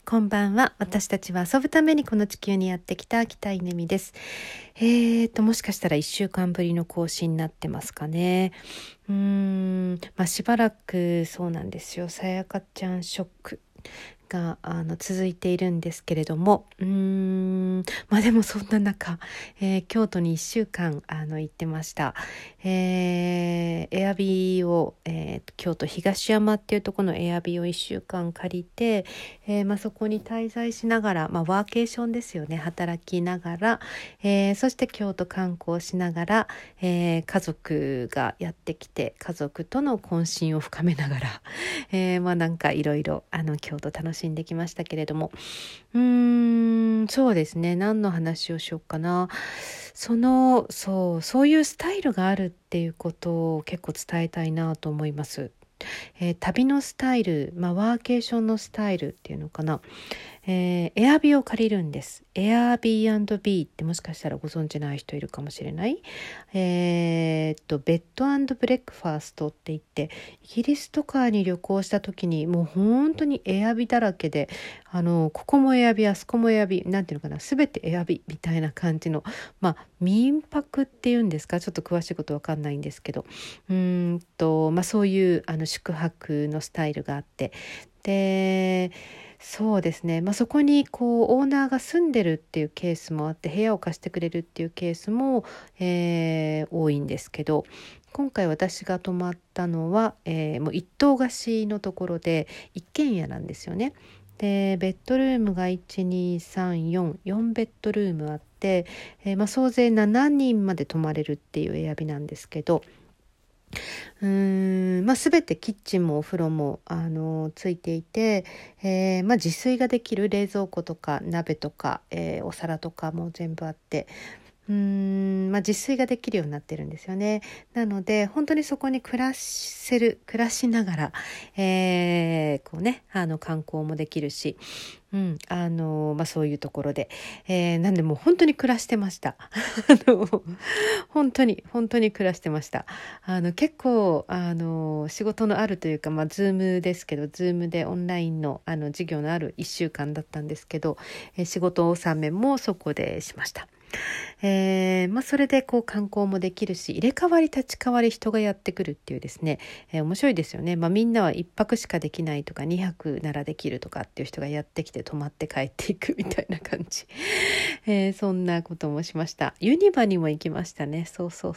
こんばんは。私たちは遊ぶためにこの地球にやってきた北稲美です。もしかしたら1週間ぶりの更新になってますかね。しばらくそうなんですよ。さやかちゃんショックが続いているんですけれども、でもそんな中、京都に1週間行ってました。エアビーを、京都東山っていうところのエアビーを1週間借りて、そこに滞在しながら、ワーケーションですよね、働きながら、そして京都観光しながら、家族がやってきて家族との懇親を深めながら、なんかいろいろ京都楽しんできましたけれども、そうですね、何の話をしようかな。そういうスタイルがあるっていうことを結構伝えたいなと思います。旅のスタイル、ワーケーションのスタイルっていうのかな。エアビーを借りるんです。エアビー&ビーってもしかしたらご存知ない人いるかもしれない。ベッド&ブレックファーストって言って、イギリスとかに旅行した時にもう本当にエアビだらけで、ここもエアビ、あそこもエアビ、なんていうのかな、すべてエアビみたいな感じの、民泊っていうんですか、ちょっと詳しいことわかんないんですけど、そういう宿泊のスタイルがあって、でそうですね、そこにオーナーが住んでるっていうケースもあって、部屋を貸してくれるっていうケースも、多いんですけど、今回私が泊まったのは、もう一棟貸しのところで一軒家なんですよね。でベッドルームが12344ベッドルームあって、総勢7人まで泊まれるっていうエアビなんですけど、全てキッチンもお風呂もついていて、自炊ができる冷蔵庫とか鍋とか、お皿とかも全部あって、自炊ができるようになってるんですよね。なので本当にそこに暮らしながら、観光もできるし、そういうところで、なんでもう本当に暮らしてました本当に暮らしてました。結構仕事のあるというか、ズームですけど、ズームでオンラインの授業のある1週間だったんですけど、仕事納めもそこでしました。それで観光もできるし、入れ替わり立ち替わり人がやってくるっていうですね、面白いですよね。みんなは1泊しかできないとか2泊ならできるとかっていう人がやってきて泊まって帰っていくみたいな感じ、そんなこともしました。ユニバにも行きましたね。そう大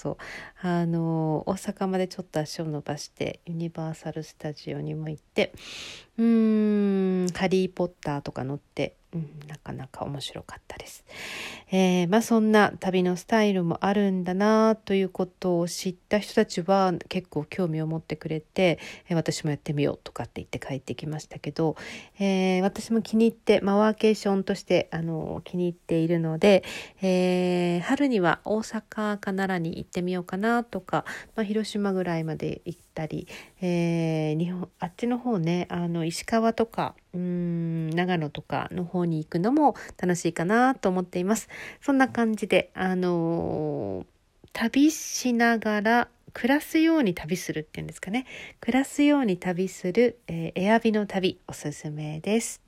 阪までちょっと足を伸ばしてユニバーサルスタジオにも行って、ハリーポッターとか乗って、なかなか面白かったです。そんな旅のスタイルもあるんだなということを知った人たちは結構興味を持ってくれて、私もやってみようとかって言って帰ってきましたけど、私も気に入って、ワーケーションとして気に入っているので、春には大阪か奈良に行ってみようかなとか、広島ぐらいまで行ったり、あっちの方ね、石川とか長野とかの方に行くのも楽しいかなと思っています。そんな感じで旅しながら暮らすように旅するっていうんですかね。暮らすように旅する、エアビの旅おすすめです。